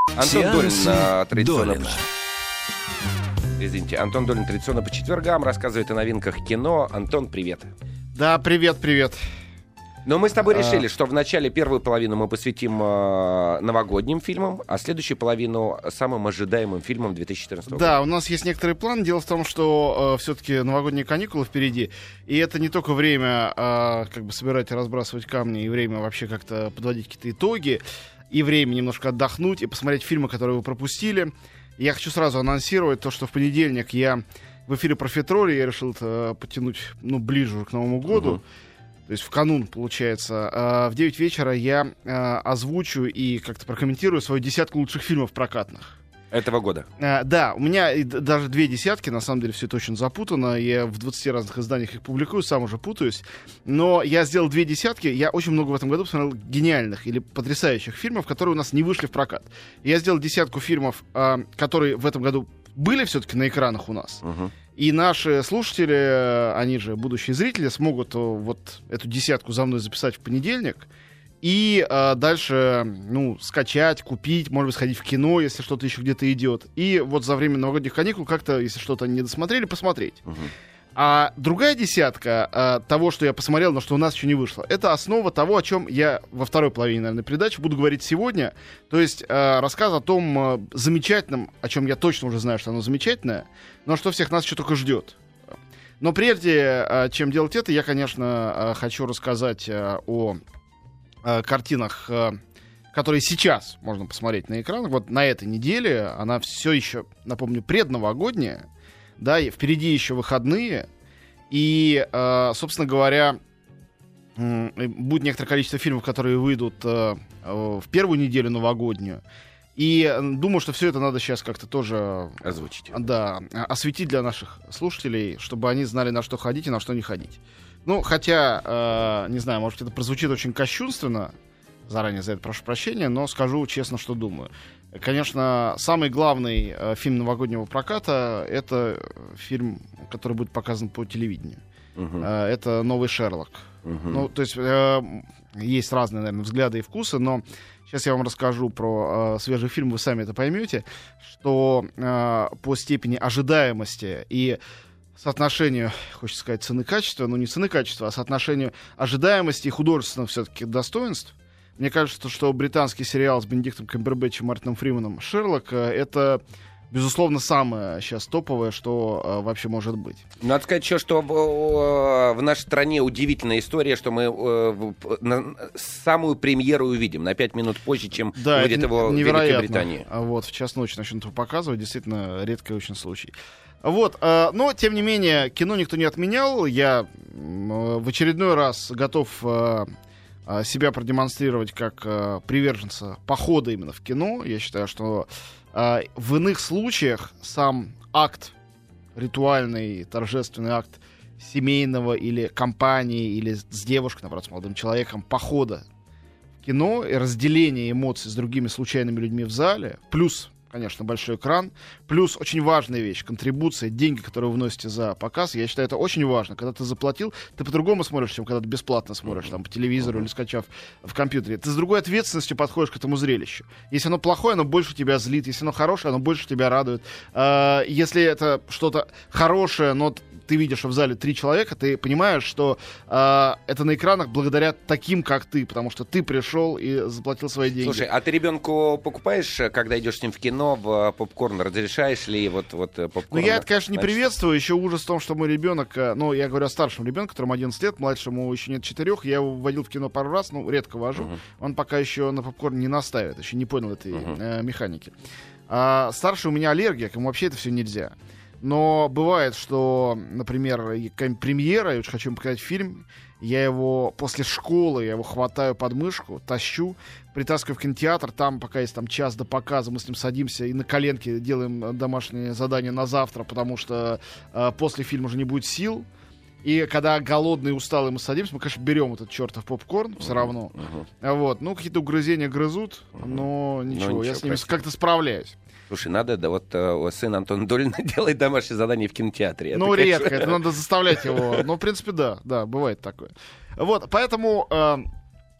Антон Долин традиционно... Долина. Извините, Антон Долин традиционно по четвергам рассказывает о новинках кино. Антон, привет. Да, привет. Но мы с тобой решили, что в начале первую половину мы посвятим новогодним фильмам, а следующую половину самым ожидаемым фильмам 2014 года. Да, у нас есть некоторый план. Дело в том, что все-таки новогодние каникулы впереди. И это не только время как бы собирать и разбрасывать камни, и время вообще как-то подводить какие-то итоги, и время немножко отдохнуть, и посмотреть фильмы, которые вы пропустили. Я хочу сразу анонсировать то, что в понедельник я в эфире «Профитроли» я решил это потянуть ближе к Новому году. То есть в канун, получается. В 9 вечера я озвучу и как-то прокомментирую свою десятку лучших фильмов прокатных. Этого года. Да, у меня даже 2 десятки, на самом деле все это очень запутано. Я в 20 разных изданиях их публикую, сам уже путаюсь. Но я сделал 2 десятки. Я очень много в этом году посмотрел гениальных или потрясающих фильмов, которые у нас не вышли в прокат. Я сделал десятку фильмов, которые в этом году были все-таки на экранах у нас. И наши слушатели, они же будущие зрители, смогут вот эту десятку за мной записать в понедельник. И дальше, скачать, купить, может быть, сходить в кино, если что-то еще где-то идет. И вот за время новогодних каникул как-то, если что-то не досмотрели, посмотреть. А другая десятка того, что я посмотрел, но что у нас еще не вышло, это основа того, о чем я во второй половине, наверное, передачи буду говорить сегодня. То есть рассказ о том замечательном, о чем я точно уже знаю, что оно замечательное, но что всех нас еще только ждет. Но прежде чем делать это, я, конечно, хочу рассказать о картинах, которые сейчас можно посмотреть на экранах. Вот на этой неделе она все еще, напомню, предновогодняя. Да, и впереди еще выходные. И, собственно говоря, будет некоторое количество фильмов, которые выйдут в первую неделю новогоднюю. И думаю, что все это надо сейчас как-то тоже озвучить. Да, осветить для наших слушателей, чтобы они знали, на что ходить и на что не ходить. Хотя, не знаю, может, это прозвучит очень кощунственно, заранее за это прошу прощения, но скажу честно, что думаю. Конечно, самый главный фильм новогоднего проката — это фильм, который будет показан по телевидению. Это новый «Шерлок». То есть есть разные, наверное, взгляды и вкусы, но сейчас я вам расскажу про свежий фильм, вы сами это поймете, что по степени ожидаемости и соотношению, хочется сказать, цены-качества, но не цены-качества, а соотношению ожидаемости и художественных все-таки достоинств. Мне кажется, что британский сериал с Бенедиктом Камбербэтчем и Мартином Фрименом «Шерлок» — это, безусловно, самое сейчас топовое, что вообще может быть. Надо сказать еще, что в нашей стране удивительная история, что мы самую премьеру увидим на 5 минут позже, чем выйдет его в Великобритании. Вот, в час ночи начнут его показывать. Действительно, редкий очень случай. Вот, но, тем не менее, кино никто не отменял. Я в очередной раз готов себя продемонстрировать как приверженца похода именно в кино. Я считаю, что в иных случаях сам акт, ритуальный, торжественный акт семейного или компании, или с девушкой, наоборот, с молодым человеком, похода в кино и разделения эмоций с другими случайными людьми в зале, плюс, конечно, большой экран, плюс очень важная вещь — контрибуция, деньги, которые вы вносите за показ. Я считаю, это очень важно. Когда ты заплатил, ты по-другому смотришь, чем когда ты бесплатно смотришь там, по телевизору или скачав в компьютере. Ты с другой ответственностью подходишь к этому зрелищу. Если оно плохое, оно больше тебя злит. Если оно хорошее, оно больше тебя радует. Если это что-то хорошее, но ты видишь, что в зале 3 человека, ты понимаешь, что это на экранах благодаря таким, как ты, потому что ты пришел и заплатил свои деньги. Слушай, а ты ребенку покупаешь, когда идешь с ним в кино, в попкорн? Разрешаешь ли вот попкорн? Я это, конечно, не приветствую. Еще ужас в том, что мой ребенок, я говорю о старшем ребенке, которому 11 лет, младшему еще нет 4, я его водил в кино пару раз, редко вожу. Он пока еще на попкорн не наставит, еще не понял этой механики. А старший у меня аллергик, ему вообще это все нельзя. Но бывает, что, например, какая-нибудь премьера, я очень хочу ему показать фильм, я его после школы, я его хватаю под мышку, тащу, притаскиваю в кинотеатр, там, пока есть час до показа, мы с ним садимся и на коленке делаем домашнее задание на завтра, потому что после фильма уже не будет сил. И когда голодные и усталые мы садимся, мы, конечно, берем этот чертов попкорн все равно. Вот. Какие-то угрызения грызут, но ничего, я с ними как-то справляюсь. Слушай, надо, сын Антона Долина делает домашнее задание в кинотеатре. Редко, это надо заставлять его. В принципе, да, бывает такое. Вот, поэтому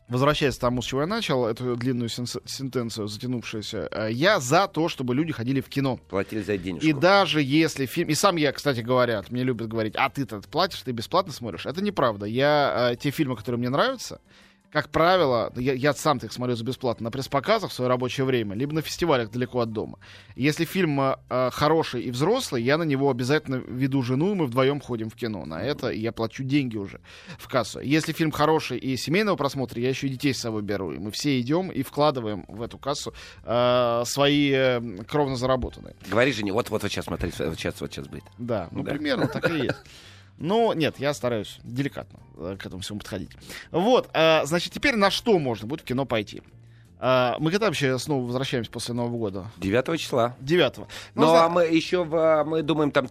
возвращаясь к тому, с чего я начал, эту длинную сентенцию, затянувшуюся, я за то, чтобы люди ходили в кино. Платили за денежку. И даже если фильм... И сам я, кстати, мне любят говорить, а ты-то платишь, ты бесплатно смотришь. Это неправда. Те фильмы, которые мне нравятся, как правило, я сам-то их смотрю за бесплатно на пресс-показах в свое рабочее время, либо на фестивалях далеко от дома. Если фильм хороший и взрослый, я на него обязательно веду жену, и мы вдвоем ходим в кино. На это я плачу деньги уже в кассу. Если фильм хороший и семейного просмотра, я еще и детей с собой беру. И мы все идем и вкладываем в эту кассу свои кровно заработанные. Говори, Женя, вот сейчас смотри, вот сейчас будет. Да, примерно так и есть. Ну, нет, я стараюсь деликатно к этому всему подходить. Вот, значит, теперь на что можно будет в кино пойти? Мы когда вообще снова возвращаемся после Нового года? 9 числа. 9-го. А мы еще, мы думаем, там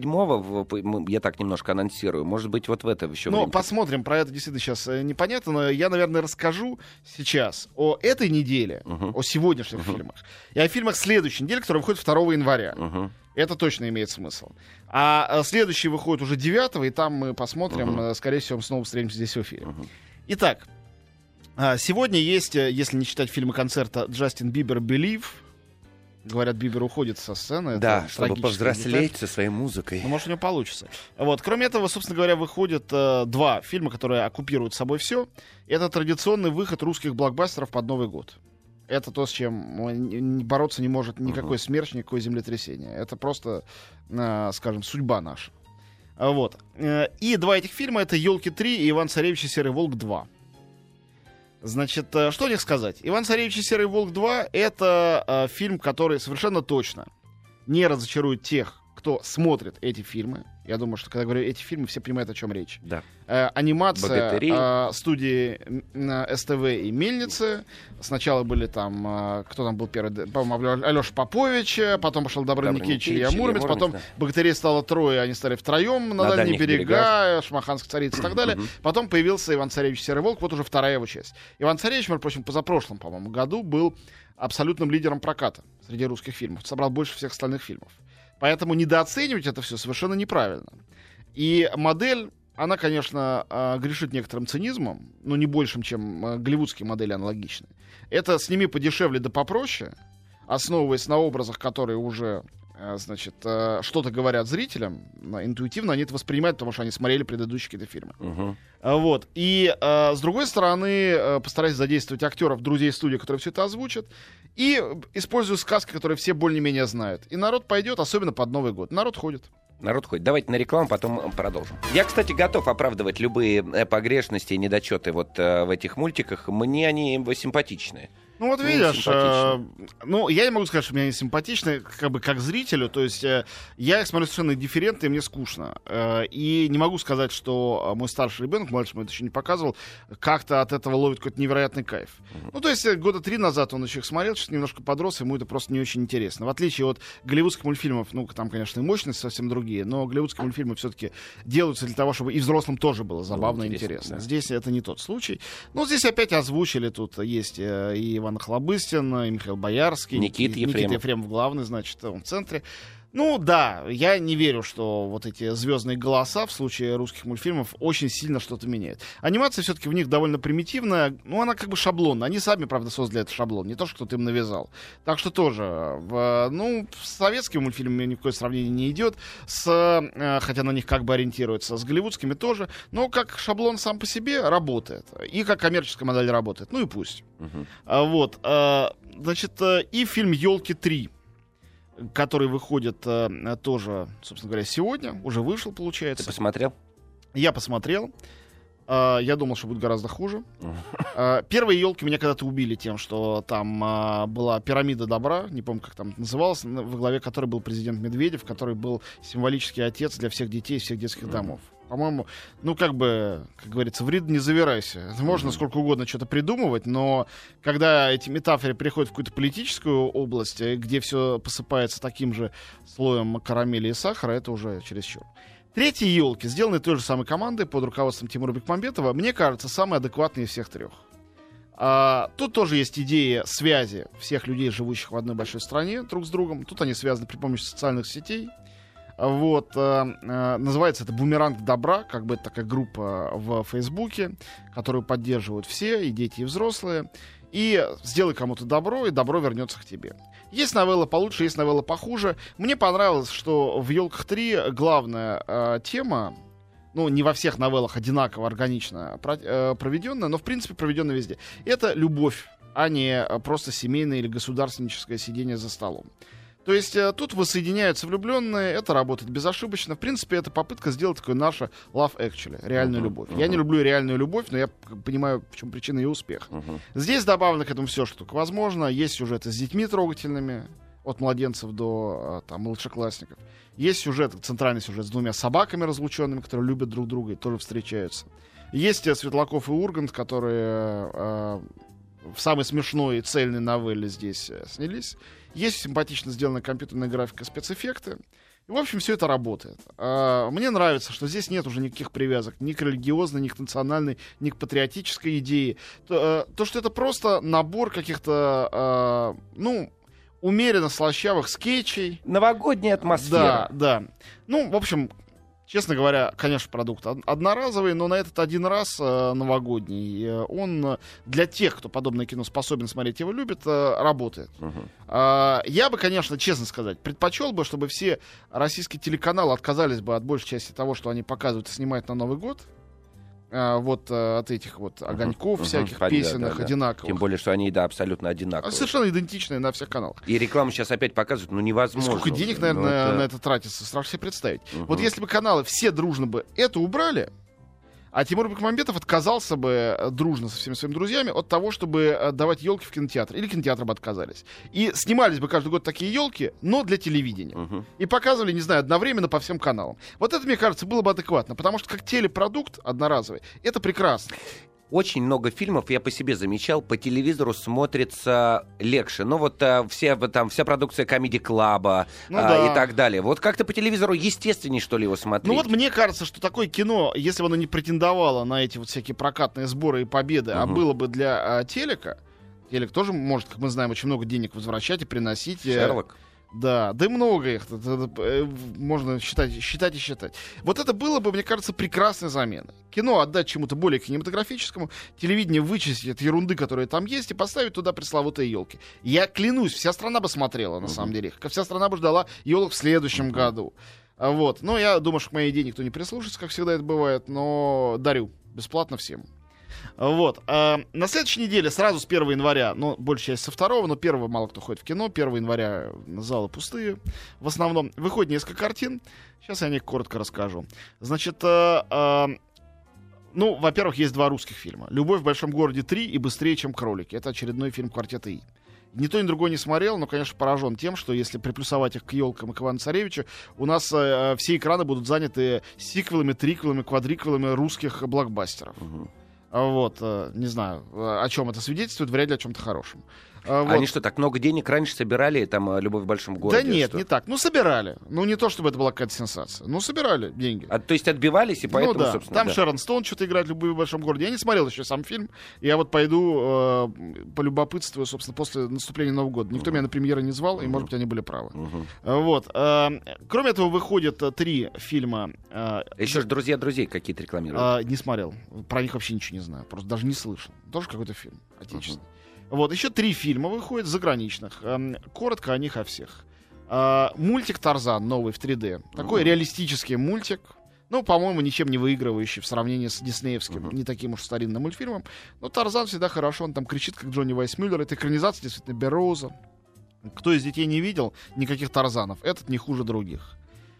3-7, я так немножко анонсирую. Может быть, вот в это еще время. Посмотрим, про это действительно сейчас непонятно, но я, наверное, расскажу сейчас о этой неделе, о сегодняшних фильмах, и о фильмах следующей недели, которые выходят 2 января. Это точно имеет смысл. А следующий выходит уже 9-го, и там мы посмотрим, скорее всего, мы снова встретимся здесь в эфире. Итак, сегодня есть, если не считать фильма-концерта «Джастин Бибер Believe». Говорят, Бибер уходит со сцены. Да, чтобы повзрослеть со своей музыкой. Ну, может, у него получится. Вот. Кроме этого, собственно говоря, выходят 2 фильма, которые оккупируют собой все. Это традиционный выход русских блокбастеров под Новый год. Это то, с чем бороться не может никакой смерч, никакое землетрясение. Это просто, скажем, судьба наша. Вот. И 2 этих фильма — это «Елки 3» и «Иван-Царевич и Серый Волк 2». Значит, что о них сказать? «Иван-Царевич и Серый Волк 2» — это фильм, который совершенно точно не разочарует тех, кто смотрит эти фильмы. Я думаю, что когда я говорю эти фильмы, все понимают, о чем речь. Да. Анимация студии СТВ и Мельницы. Сначала были там, кто там был первый, по-моему, Алеша Попович, потом пошел Добрын Никитич, Илья Муромец, потом богатырей стало 3, они стали втроем на дальние берега, Шамаханская царица и так далее. Потом появился Иван-Царевич и Серый Волк, вот уже 2 его часть. Иван-Царевич, между прочим, позапрошлом, по-моему, году был абсолютным лидером проката среди русских фильмов. Собрал больше всех остальных фильмов. Поэтому недооценивать это все совершенно неправильно. И модель, она, конечно, грешит некоторым цинизмом, но не большим, чем голливудские модели аналогичные. Это «сними подешевле да попроще», основываясь на образах, которые уже, значит, что-то говорят зрителям, интуитивно они это воспринимают, потому что они смотрели предыдущие какие-то фильмы. Вот. И, с другой стороны, постараюсь задействовать актеров, друзей студии, которые все это озвучат, и использую сказки, которые все более-менее знают. И народ пойдет, особенно под Новый год. Народ ходит. Народ ходит. Давайте на рекламу, потом продолжим. Я, кстати, готов оправдывать любые погрешности и недочеты вот в этих мультиках. Мне они симпатичные. Ну вот видишь, ну я не могу сказать, что мне они симпатичны, как бы как зрителю, то есть я их смотрю совершенно индифферентно, и мне скучно. И не могу сказать, что мой старший ребенок, мальчик мой это еще не показывал, как-то от этого ловит какой-то невероятный кайф. Ну то есть 3 года назад он еще их смотрел, сейчас немножко подрос, ему это просто не очень интересно. В отличие от голливудских мультфильмов, ну там, конечно, и мощности совсем другие, но голливудские мультфильмы все-таки делаются для того, чтобы и взрослым тоже было забавно и интересно. Да. Здесь это не тот случай. Ну здесь опять озвучили, тут есть и Иван Охлобыстин, и Михаил Боярский, Никита Ефремов главный, значит, он в центре. Ну да, я не верю, что вот эти звездные голоса в случае русских мультфильмов очень сильно что-то меняют. Анимация все-таки в них довольно примитивная, ну она как бы шаблонная. Они сами, правда, создали этот шаблон, не то, что кто-то им навязал. Так что тоже, с советскими мультфильмами ни в коем сравнении не идет, хотя на них как бы ориентируется, с голливудскими тоже, но как шаблон сам по себе работает, и как коммерческая модель работает, ну и пусть. Вот, значит, и фильм «Елки 3», который выходит тоже, собственно говоря, сегодня. Уже вышел, получается. Ты посмотрел? Я посмотрел. Я думал, что будет гораздо хуже. Первые «Елки» меня когда-то убили тем, что там была пирамида добра, не помню, как там называлась, во главе которой был президент Медведев, который был символический отец для всех детей из всех детских домов. По-моему, ну, как бы, как говорится, в рид не завирайся. Можно сколько угодно что-то придумывать, но когда эти метафоры переходят в какую-то политическую область, где все посыпается таким же слоем карамели и сахара, это уже чересчур. 3 «Елки», сделанные той же самой командой под руководством Тимура Бекмамбетова, мне кажется, самые адекватные из всех 3. Тут тоже есть идея связи всех людей, живущих в одной большой стране, друг с другом. Тут они связаны при помощи социальных сетей. Вот, называется это «Бумеранг добра», как бы это такая группа в Фейсбуке, которую поддерживают все, и дети, и взрослые. И сделай кому-то добро, и добро вернется к тебе. Есть новелла получше, есть новелла похуже. Мне понравилось, что в «Елках 3» главная тема, ну, не во всех новеллах одинаково органично проведенная, но, в принципе, проведенная везде. Это любовь, а не просто семейное или государственническое сидение за столом. То есть тут воссоединяются влюбленные, это работает безошибочно. В принципе, это попытка сделать такое наше Love Actually, реальную любовь. Я не люблю реальную любовь, но я понимаю, в чем причина ее успеха. Здесь добавлено к этому все, что только возможно. Есть сюжеты с детьми трогательными, от младенцев до там, младшеклассников. Есть сюжет, центральный сюжет с двумя собаками разлученными, которые любят друг друга и тоже встречаются. Есть Светлаков и Ургант, которые в самой смешной и цельной новелле здесь снялись. Есть симпатично сделанная компьютерная графика, спецэффекты. И, в общем, все это работает. Мне нравится, что здесь нет уже никаких привязок ни к религиозной, ни к национальной, ни к патриотической идее. То, что это просто набор каких-то, умеренно слащавых скетчей. Новогодняя атмосфера. Да. Ну, в общем, честно говоря, конечно, продукт одноразовый, но на этот один раз новогодний, он для тех, кто подобное кино способен смотреть, его любит, работает. Я бы, конечно, честно сказать, предпочел бы, чтобы все российские телеканалы отказались бы от большей части того, что они показывают и снимают на Новый год. Вот от этих вот огоньков, всяких песенных, одинаковых. Тем более, что они, абсолютно одинаковые. Совершенно идентичные на всех каналах. И рекламу сейчас опять показывают, невозможно. Сколько денег, наверное, на это тратится, страшно себе представить. Вот если бы каналы все дружно бы это убрали, а Тимур Бекмамбетов отказался бы дружно со всеми своими друзьями от того, чтобы давать елки в кинотеатр. Или кинотеатры бы отказались. И снимались бы каждый год такие елки, но для телевидения. И показывали, не знаю, одновременно по всем каналам. Вот это, мне кажется, было бы адекватно. Потому что как телепродукт одноразовый, это прекрасно. Очень много фильмов, я по себе замечал, по телевизору смотрится легче. Ну вот вся продукция Comedy Club и так далее. Вот как-то по телевизору естественнее, что ли, его смотреть. Ну вот мне кажется, что такое кино, если бы оно не претендовало на эти вот всякие прокатные сборы и победы, а было бы для телека, телек тоже может, как мы знаем, очень много денег возвращать и приносить. Шерлок. Да много их, можно считать и считать. Вот это было бы, мне кажется, прекрасной заменой. Кино отдать чему-то более кинематографическому, телевидение вычистить от ерунды, которая там есть, и поставить туда пресловутые елки. Я клянусь, вся страна бы смотрела, на самом деле. Вся страна бы ждала елок в следующем году. Вот. Но я думаю, что к моей идее никто не прислушается, как всегда это бывает, но дарю бесплатно всем. Вот. На следующей неделе, сразу с 1 января, ну, большая часть со 2, но 1 мало кто ходит в кино, 1 января залы пустые, в основном, выходит несколько картин, сейчас я о них коротко расскажу. Значит, во-первых, есть 2 русских фильма. «Любовь в большом городе 3» и «Быстрее, чем кролики». Это очередной фильм квартета «И». Ни то, ни другое не смотрел, но, конечно, поражен тем, что если приплюсовать их к елкам и к Ивану Царевичу, у нас все экраны будут заняты сиквелами, триквелами, квадриквелами русских блокбастеров. Вот, не знаю, о чем это свидетельствует, вряд ли о чем-то хорошем. Они что, так много денег раньше собирали, там, «Любовь в большом городе»? Да нет, не так. Собирали. Не то, чтобы это была какая-то сенсация. Собирали деньги. То есть отбивались, и поэтому, собственно, там Шерон Стоун что-то играет в «Любовь в большом городе». Я не смотрел еще сам фильм. Я вот пойду полюбопытствую, собственно, после наступления Нового года. Никто меня на премьеры не звал, и, может быть, они были правы. Вот. Кроме этого, выходят 3 фильма. Еще же «Друзья друзей» какие-то рекламируют. Не смотрел. Про них вообще ничего не знаю. Просто даже не слышал. Тоже какой-то фильм отечественный. Вот, еще 3 фильма выходят заграничных. Коротко о них о всех. Мультик «Тарзан» новый в 3D. Такой реалистический мультик. По-моему, ничем не выигрывающий в сравнении с диснеевским, не таким уж старинным мультфильмом. Но «Тарзан» всегда хорошо. Он там кричит, как Джонни Вайсмюллер. Это экранизация, действительно, Берроуза. Кто из детей не видел никаких «Тарзанов», этот не хуже других.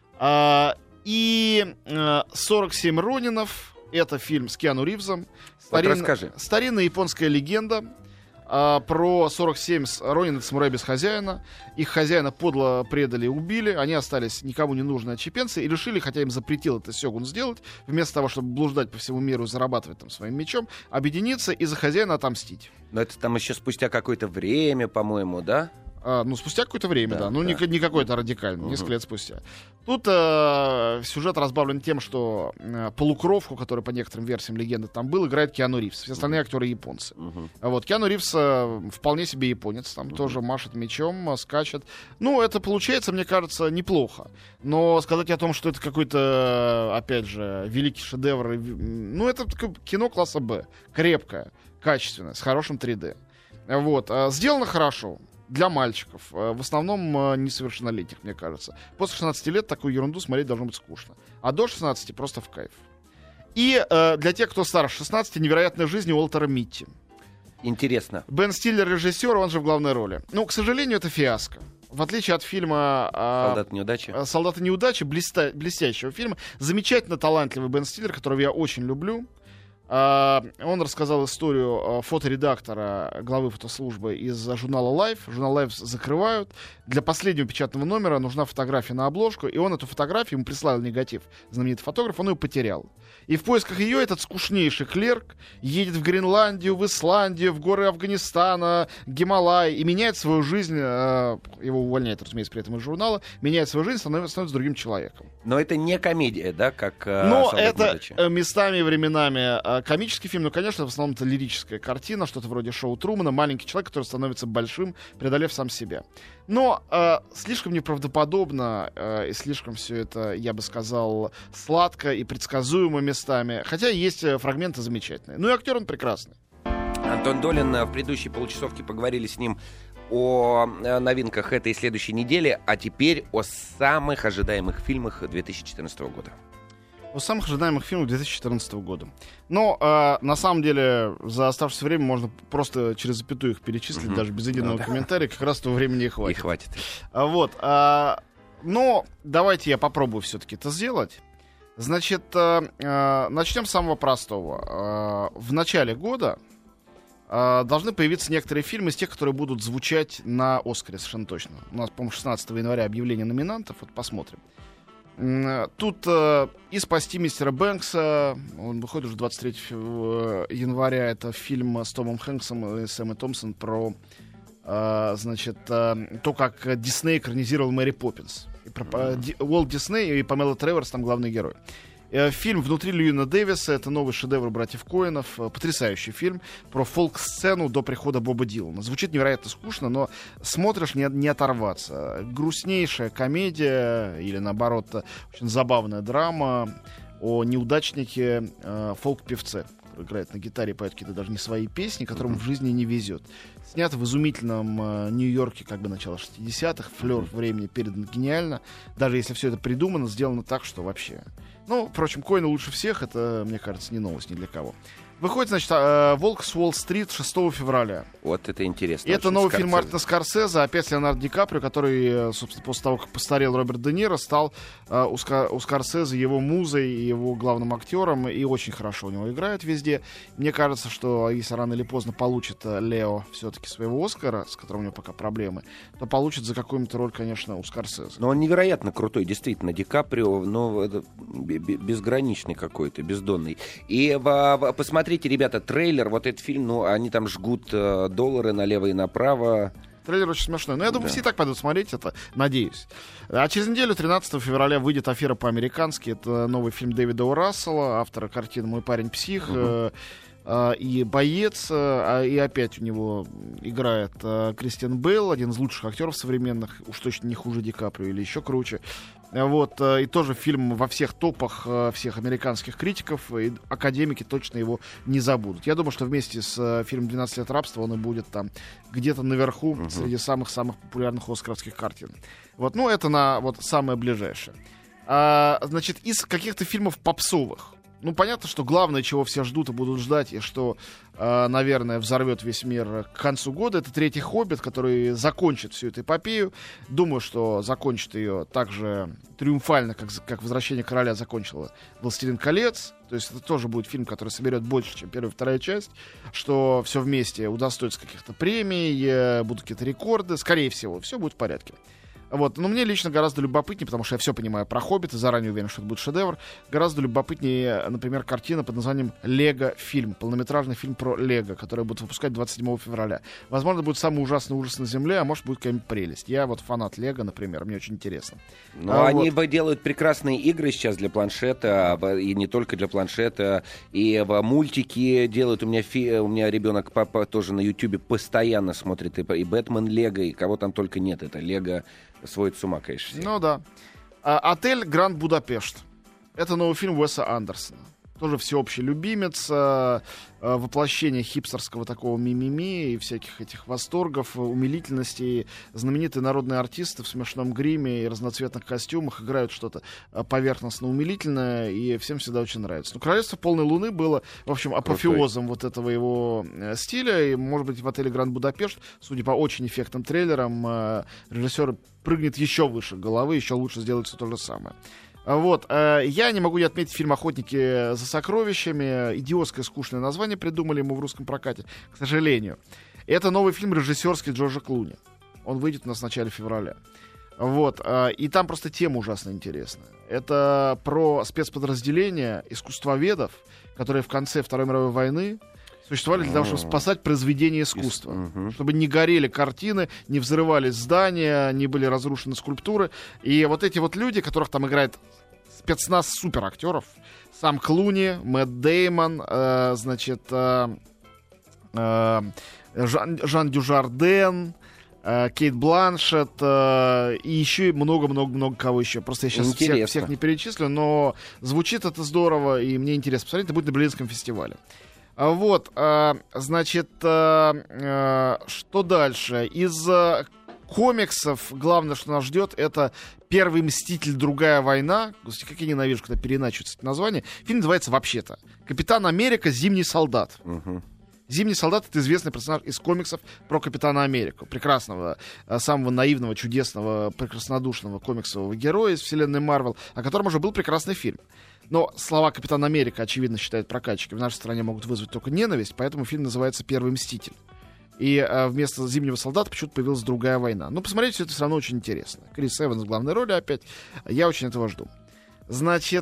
И «47 Ронинов». Это фильм с Киану Ривзом. Расскажи. Старинная японская легенда про 47 Ронин, самурай без хозяина. Их хозяина подло предали и убили. Они остались никому не нужные отщепенцы и решили, хотя им запретил это сёгун сделать, вместо того, чтобы блуждать по всему миру и зарабатывать там своим мечом, объединиться и за хозяина отомстить. Но это там еще спустя какое-то время, по-моему, да? Спустя какое-то время, да. Не какое-то радикальное, несколько лет спустя. Тут сюжет разбавлен тем, что полукровку, который по некоторым версиям легенды там был, играет Киану Ривз. Все остальные актеры японцы. Вот, Киану Ривз вполне себе японец, там тоже машет мечом, скачет. Это получается, мне кажется, неплохо. Но сказать о том, что это какой-то, опять же, великий шедевр, это кино класса Б. Крепкое, качественное, с хорошим 3D. Вот, сделано хорошо. Для мальчиков, в основном несовершеннолетних, мне кажется. После 16 лет такую ерунду смотреть должно быть скучно. А до 16 просто в кайф. И для тех, кто старше 16, «Невероятная жизнь» Уолтера Митти. Интересно. Бен Стиллер режиссер, он же в главной роли. К сожалению, это фиаско. В отличие от фильма «Солдаты неудачи». «Солдаты неудачи», блестящего фильма. Замечательно талантливый Бен Стиллер, которого я очень люблю. Он рассказал историю фоторедактора, главы фотослужбы из журнала Life. Журнал Life закрывают. Для последнего печатного номера нужна фотография на обложку, и он эту фотографию, ему прислал негатив знаменитый фотограф, он ее потерял. И в поисках ее этот скучнейший клерк едет в Гренландию, в Исландию, в горы Афганистана, Гималай, и меняет свою жизнь, его увольняют, разумеется, при этом из журнала, меняет свою жизнь, становится другим человеком. Но это не комедия, да, как это неудачи. Местами и временами комический фильм, конечно, в основном это лирическая картина, что-то вроде шоу Трумана, маленький человек, который становится большим, преодолев сам себя. Но слишком неправдоподобно и слишком все это, я бы сказал, сладко и предсказуемо местами. Хотя есть фрагменты замечательные. И актер он прекрасный. Антон Долин, в предыдущей получасовке поговорили с ним о новинках этой и следующей недели, а теперь о самых ожидаемых фильмах 2014 года. О самых ожидаемых фильмах 2014 года. На самом деле, за оставшееся время можно просто через запятую их перечислить, даже без единого комментария, как раз того времени и хватит. И хватит. Давайте я попробую все-таки это сделать. Значит, начнем с самого простого. В начале года должны появиться некоторые фильмы из тех, которые будут звучать на «Оскаре», совершенно точно. У нас, по-моему, 16 января объявление номинантов, посмотрим. Тут и «Спасти мистера Бэнкса», он выходит уже 23 января, это фильм с Томом Хэнксом и Сэмой Томпсон про то, как Дисней экранизировал Мэри Поппинс. Уолт Дисней и Памела Треворс там главный герой. Фильм «Внутри Льюина Дэвиса» — это новый шедевр братьев Коэнов. Потрясающий фильм про фолк-сцену до прихода Боба Дилана. Звучит невероятно скучно, но смотришь, не оторваться. Грустнейшая комедия, или наоборот, очень забавная драма о неудачнике фолк-певце, который играет на гитаре, поет какие-то даже не свои песни, которому в жизни не везет. Снят в изумительном Нью-Йорке, начало 60-х, флёр времени передан гениально. Даже если все это придумано, сделано так, что вообще... впрочем, Коэны лучше всех, это, мне кажется, не новость ни для кого. Выходит, «Волк с Уолл-стрит» 6 февраля. Вот это интересно. Это новый фильм Мартина Скорсезе, опять с Леонардо Ди Каприо, который, собственно, после того, как постарел Роберт Де Ниро, стал у Скорсезе его музой и его главным актером, и очень хорошо у него играет везде. Мне кажется, что если рано или поздно получит Лео все-таки своего Оскара, с которым у него пока проблемы, то получит за какую-нибудь роль, конечно, у Скорсезе. Но он невероятно крутой, действительно, Ди Каприо, это безграничный какой-то, бездонный. И посмотрите, ребята, трейлер, вот этот фильм, они там жгут доллары налево и направо. Трейлер очень смешной. Но я думаю, все и так пойдут смотреть это, надеюсь. А через неделю, 13 февраля, выйдет «Афера по-американски». Это новый фильм Дэвида О. Рассела, автора картины «Мой парень псих». И боец, и опять у него играет Кристиан Бейл, один из лучших актеров современных, уж точно не хуже Ди Каприо или еще круче. И тоже фильм во всех топах всех американских критиков, и академики точно его не забудут. Я думаю, что вместе с фильмом «12 лет рабства» он и будет там где-то наверху среди самых-самых популярных оскаровских картин. Это самое ближайшее. Из каких-то фильмов попсовых. Понятно, что главное, чего все ждут и будут ждать, и что, наверное, взорвет весь мир к концу года, это «Третий хоббит», который закончит всю эту эпопею. Думаю, что закончит ее так же триумфально, как «Возвращение короля» закончила «Властелин колец». То есть это тоже будет фильм, который соберет больше, чем первая и вторая часть, что все вместе удостоится каких-то премий, будут какие-то рекорды. Скорее всего, все будет в порядке. Вот. Но мне лично гораздо любопытнее, потому что я все понимаю про «Хоббит» и заранее уверен, что это будет шедевр. Гораздо любопытнее, например, картина под названием «Лего-фильм». Полнометражный фильм про Лего, который будут выпускать 27 февраля. Возможно, будет самый ужасный ужас на Земле, а может, будет какая-нибудь прелесть. Я вот фанат Лего, например, мне очень интересно. Ну, они делают прекрасные игры сейчас для планшета, и не только для планшета, и мультики делают. У меня ребенок, папа, тоже на Ютубе постоянно смотрит и «Бэтмен Лего», и кого там только нет. Это Лего сводит с ума, конечно. Всех. Ну да. «Отель Гранд Будапешт». Это новый фильм Уэса Андерсона. Тоже всеобщий любимец, воплощение хипстерского такого мимими и всяких этих восторгов, умилительностей. Знаменитые народные артисты в смешном гриме и разноцветных костюмах играют что-то поверхностно умилительное, и всем всегда очень нравится. Ну, «Королевство полной луны» было, в общем, апофеозом вот этого его стиля, и, может быть, в «Отеле Гранд Будапешт», судя по очень эффектным трейлерам, режиссер прыгнет еще выше головы, еще лучше сделает все то же самое. Вот, я не могу не отметить фильм «Охотники за сокровищами». Идиотское скучное название придумали ему в русском прокате, к сожалению. Это новый фильм режиссерский Джорджа Клуни. Он выйдет у нас в начале февраля. Вот, и там просто тема ужасно интересная. Это про спецподразделения искусствоведов, которые в конце Второй мировой войны существовали для того, чтобы спасать произведения искусства. Чтобы не горели картины, не взрывались здания, не были разрушены скульптуры. И вот эти вот люди, которых там играет спецназ суперактеров, сам Клуни, Мэтт Дэймон, Жан Дюжарден, Кейт Бланшетт и еще много-много-много кого еще. Просто я сейчас всех не перечислю, но звучит это здорово, и мне интересно посмотреть. Это будет на Берлинском фестивале. Вот, значит, что дальше? Из комиксов главное, что нас ждет, это «Первый мститель. Другая война». Господи, как я ненавижу, когда переначивается это название. Фильм называется вообще-то «Капитан Америка. Зимний солдат». «Зимний солдат» — это известный персонаж из комиксов про Капитана Америку. Прекрасного, самого наивного, чудесного, прекраснодушного комиксового героя из вселенной Марвел, о котором уже был прекрасный фильм. Но слова «Капитан Америка», очевидно, считают прокатчики, в нашей стране могут вызвать только ненависть, поэтому фильм называется «Первый мститель». И вместо «Зимнего солдата» почему-то появилась «Другая война». Но посмотреть все это все равно очень интересно. Крис Эванс в главной роли опять. Я очень этого жду. Значит,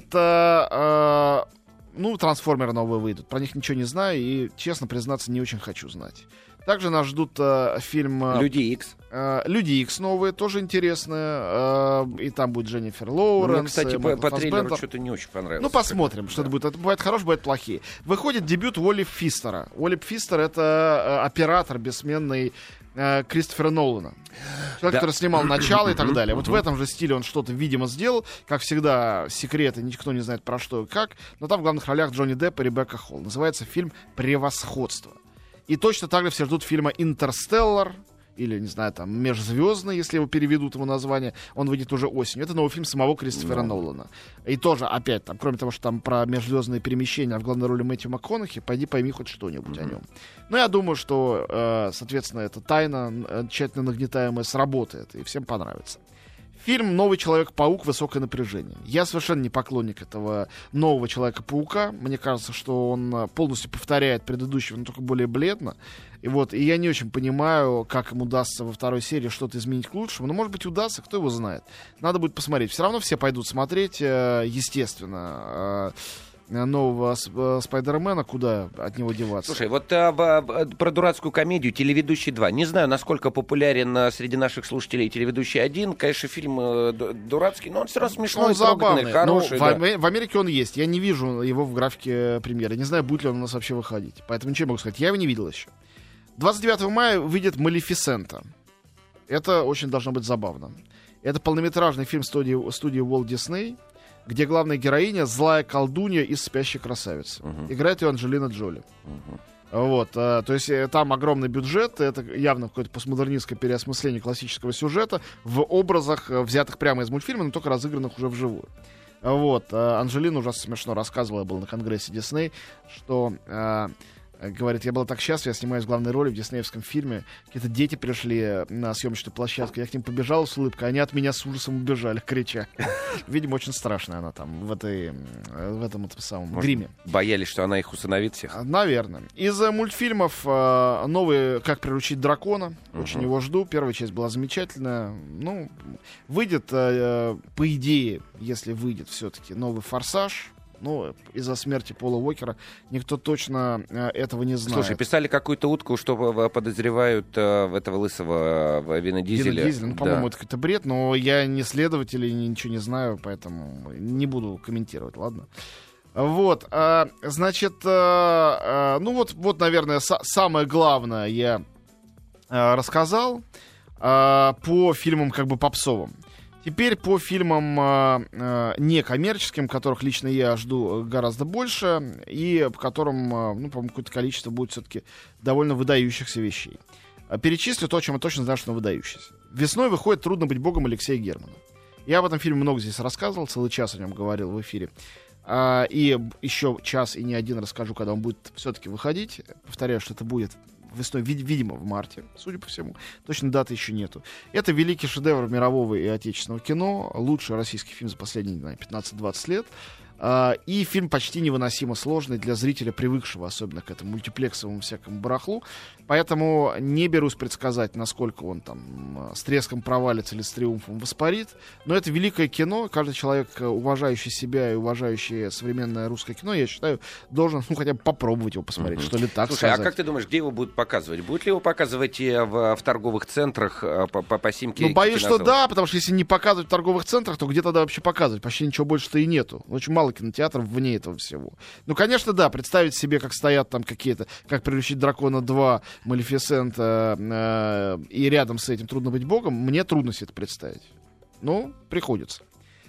«Трансформеры» новые выйдут. Про них ничего не знаю и, честно признаться, не очень хочу знать. Также нас ждут фильм «Люди Икс». «Люди Икс» новые, тоже интересные. И там будет Дженнифер Лоуренс. Мне, кстати, по трейлеру что-то не очень понравилось. Ну, посмотрим, что это будет. Это бывает хорошие, бывает плохие. Выходит дебют Уолли Фистера. Уолли Фистер — это оператор бессменный Кристофера Нолана. Человек, который снимал «Начало» и так далее. Вот в этом же стиле он что-то, видимо, сделал. Как всегда, секреты, никто не знает про что и как. Но там в главных ролях Джонни Депп и Ребекка Холл. Называется фильм «Превосходство». И точно так же все ждут фильма «Интерстеллар», или, не знаю, там, «Межзвездный», если его переведут его название. Он выйдет уже осенью. Это новый фильм самого Кристофера Нолана. И тоже, опять, там, кроме того, что там про межзвездные перемещения, а в главной роли Мэтью МакКонахи, пойди пойми хоть что-нибудь о нем. Но я думаю, что, соответственно, эта тайна, тщательно нагнетаемая, сработает, и всем понравится. Фильм «Новый Человек-паук. Высокое напряжение». Я совершенно не поклонник этого нового Человека-паука. Мне кажется, что он полностью повторяет предыдущего, но только более бледно. И я не очень понимаю, как им удастся во второй серии что-то изменить к лучшему. Но, может быть, удастся, кто его знает. Надо будет посмотреть. Все равно все пойдут смотреть, естественно, нового Спайдермена, куда от него деваться? Слушай, вот про дурацкую комедию «Телеведущий 2». Не знаю, насколько популярен среди наших слушателей «Телеведущий 1». Конечно, фильм дурацкий, но он все равно смешной, трогательный, хороший. В Америке он есть. Я не вижу его в графике премьеры. Не знаю, будет ли он у нас вообще выходить. Поэтому ничего не могу сказать. Я его не видел еще. 29 мая выйдет «Малефисента». Это очень должно быть забавно. Это полнометражный фильм студии Walt Disney, где главная героиня — злая колдунья из «Спящей красавицы». Играет ее Анджелина Джоли. То есть там огромный бюджет, это явно какое-то постмодернистское переосмысление классического сюжета в образах, взятых прямо из мультфильма, но только разыгранных уже вживую. Анджелина ужасно смешно рассказывала, я был на конгрессе Дисней, что Говорит, я был так счастлив, я снимаюсь в главной роли в диснеевском фильме. Какие-то дети пришли на съемочную площадку. Я к ним побежал с улыбкой, они от меня с ужасом убежали, крича. Видимо, очень страшная она там в этом самом гриме. Боялись, что она их усыновит всех? Наверное. Из мультфильмов новый «Как приручить дракона». Очень его жду. Первая часть была замечательная. Ну, выйдет, по идее, если выйдет все-таки новый «Форсаж». Ну, из-за смерти Пола Уокера никто точно этого не знает. Слушай, писали какую-то утку, что подозревают этого лысого Вина Дизеля. Ну, по-моему, это какой-то бред, но я не следователь и ничего не знаю, поэтому не буду комментировать, ладно? Вот, значит, ну вот, наверное, самое главное я рассказал по фильмам как бы попсовым. Теперь по фильмам некоммерческим, которых лично я жду гораздо больше, и по которым, ну, по-моему, какое-то количество будет все-таки довольно выдающихся вещей. Перечислю то, о чем я точно знаю, что выдающееся. Весной выходит «Трудно быть богом» Алексея Германа. Я об этом фильме много здесь рассказывал, целый час о нем говорил в эфире. И еще час и не один расскажу, когда он будет все-таки выходить. Повторяю, что это будет весной, видимо, в марте, судя по всему. Точно даты еще нету. Это великий шедевр мирового и отечественного кино. Лучший российский фильм за последние, не знаю, 15-20 лет. И фильм почти невыносимо сложный для зрителя, привыкшего особенно к этому мультиплексовому всякому барахлу. Поэтому не берусь предсказать, насколько он там с треском провалится или с триумфом воспарит. Но это великое кино. Каждый человек, уважающий себя и уважающий современное русское кино, я считаю, должен хотя бы попробовать его посмотреть, что ли так Слушай, сказать. А как ты думаешь, где его будут показывать? Будут ли его показывать в торговых центрах по симке? Ну, боюсь, что да, потому что если не показывать в торговых центрах, то где тогда вообще показывать? Почти ничего больше-то и нету. Очень мало кинотеатров вне этого всего. Ну, конечно, да, представить себе, как стоят там какие-то, как «Приручить дракона 2», «Малефисента», и рядом с этим «Трудно быть богом», мне трудно себе это представить. Ну, приходится.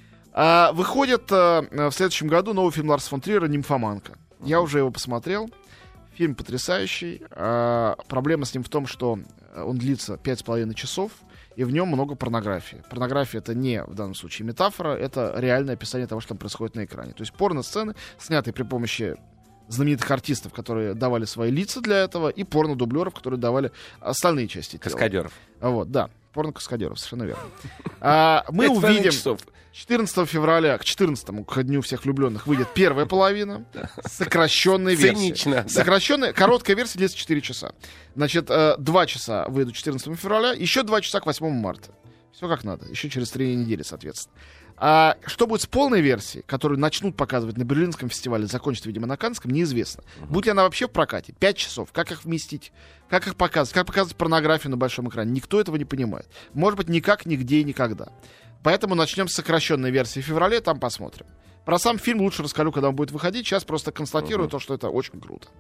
Выходит в следующем году новый фильм Ларса фон Триера «Нимфоманка». Я уже его посмотрел. Фильм потрясающий. Проблема с ним в том, что он длится 5,5 часов, и в нем много порнографии. Порнография — это не, в данном случае, метафора, это реальное описание того, что там происходит на экране. То есть порно-сцены, снятые при помощи знаменитых артистов, которые давали свои лица для этого, и порно-дублеров, которые давали остальные части тела. Каскадеров. Вот, да. Порно-каскадеров, совершенно верно. Мы увидим 14 февраля, к 14-му, к Дню всех влюбленных, выйдет первая половина сокращенной версии. Цинично. Сокращенная, короткая версия длится 4 часа. Значит, 2 часа выйдут 14 февраля, еще 2 часа к 8 марта. Все как надо, еще через 3 недели, соответственно. А что будет с полной версией, которую начнут показывать на Берлинском фестивале, закончится, видимо, на Каннском, неизвестно. Будет ли она вообще в прокате? 5 часов. Как их вместить? Как их показывать? Как показывать порнографию на большом экране? Никто этого не понимает. Может быть, никак, нигде и никогда. Поэтому начнем с сокращенной версии в феврале, там посмотрим. Про сам фильм лучше расскажу, когда он будет выходить. Сейчас просто констатирую то, что это очень круто.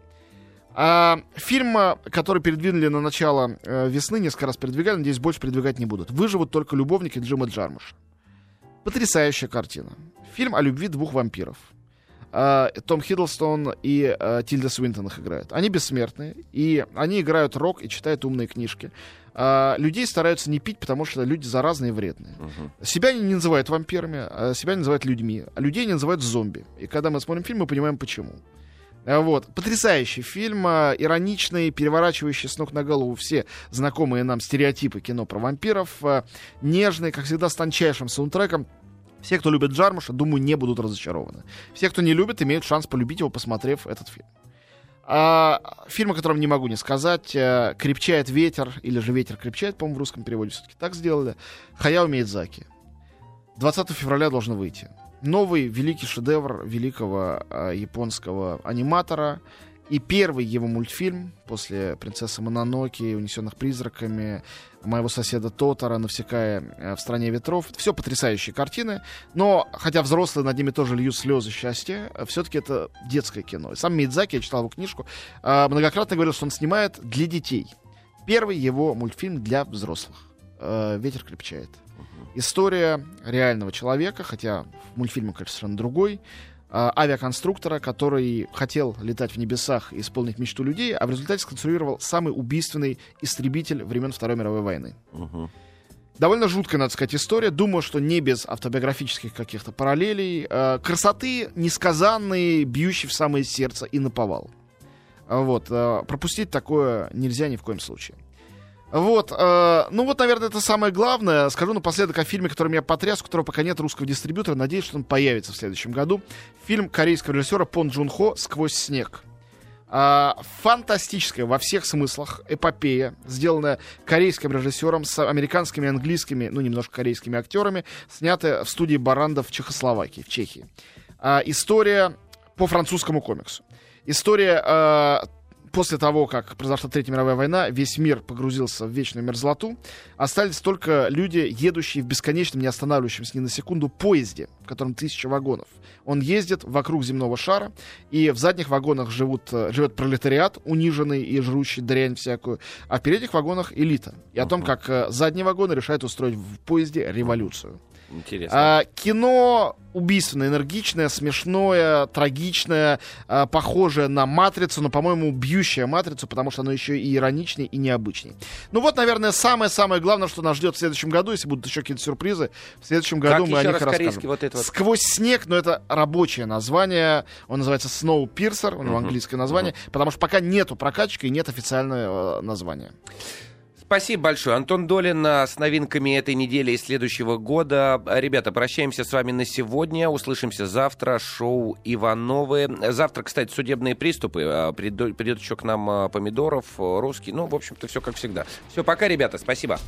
Фильм, который передвинули на начало весны, несколько раз передвигали, надеюсь, больше передвигать не будут. «Выживут только любовники» Джима Джармуша. Потрясающая картина. Фильм о любви двух вампиров. Том Хиддлстон и Тильда Свинтон их играют. Они бессмертные, и они играют рок и читают умные книжки. Людей стараются не пить, потому что люди заразные и вредные. Себя они не называют вампирами, а себя они называют людьми. А людей они называют зомби. И когда мы смотрим фильм, мы понимаем, почему. Вот. Потрясающий фильм, ироничный, переворачивающий с ног на голову все знакомые нам стереотипы кино про вампиров, нежный, как всегда, с тончайшим саундтреком. Все, кто любит Джармуша, думаю, не будут разочарованы. Все, кто не любит, имеют шанс полюбить его, посмотрев этот фильм. Фильм, о котором не могу не сказать, «Крепчает ветер», или же «Ветер крепчает», по-моему, в русском переводе все-таки так сделали. Хаяо Миядзаки. 20 февраля должен выйти. Новый великий шедевр великого японского аниматора. И первый его мультфильм после «Принцессы Мононоке», «Унесенных призраками», «Моего соседа Тотора», «Навсекая в стране ветров». Все потрясающие картины. Но, хотя взрослые над ними тоже льют слезы счастья, все-таки это детское кино. Сам Миядзаки, я читал его книжку, многократно говорил, что он снимает для детей. Первый его мультфильм для взрослых. «Ветер крепчает». История реального человека, хотя в мультфильме, конечно, совершенно другой, авиаконструктора, который хотел летать в небесах и исполнить мечту людей, а в результате сконструировал самый убийственный истребитель времен Второй мировой войны. Довольно жуткая, надо сказать, история. Думаю, что не без автобиографических каких-то параллелей. Красоты несказанные, бьющие в самое сердце и наповал. Вот. Пропустить такое нельзя ни в коем случае. Вот, ну вот, наверное, это самое главное. Скажу напоследок о фильме, который меня потряс, у которого пока нет русского дистрибьютора. Надеюсь, что он появится в следующем году. Фильм корейского режиссера Пон Джун Хо «Сквозь снег». Фантастическая во всех смыслах эпопея, сделанная корейским режиссером с американскими и английскими, ну, немножко корейскими актерами, снятая в студии Баррандов в Чехословакии, в Чехии. История по французскому комиксу. История... После того, как произошла Третья мировая война, весь мир погрузился в вечную мерзлоту. Остались только люди, едущие в бесконечном, не останавливающемся ни на секунду поезде, в котором 1000 вагонов. Он ездит вокруг земного шара, и в задних вагонах живет пролетариат, униженный и жрущий дрянь всякую, а в передних вагонах элита. И о том, как задние вагоны решают устроить в поезде революцию. Интересно. Кино убийственное, энергичное, смешное, трагичное, похожее на «Матрицу», но, по-моему, бьющее «Матрицу», потому что оно еще и ироничнее, и необычнее. Ну вот, наверное, самое-самое главное, что нас ждет в следующем году, если будут еще какие-то сюрпризы, в следующем году мы о них расскажем. Вот это вот? «Сквозь снег», но это рабочее название, он называется «Snowpiercer», у него английское название, потому что пока нету прокатчика и нет официального названия. Спасибо большое. Антон Долин с новинками этой недели и следующего года. Ребята, прощаемся с вами на сегодня. Услышимся завтра. Шоу «Ивановы». Завтра, кстати, судебные приступы. Придет еще к нам Помидоров, Русский. Ну, в общем-то, все как всегда. Все, пока, ребята. Спасибо.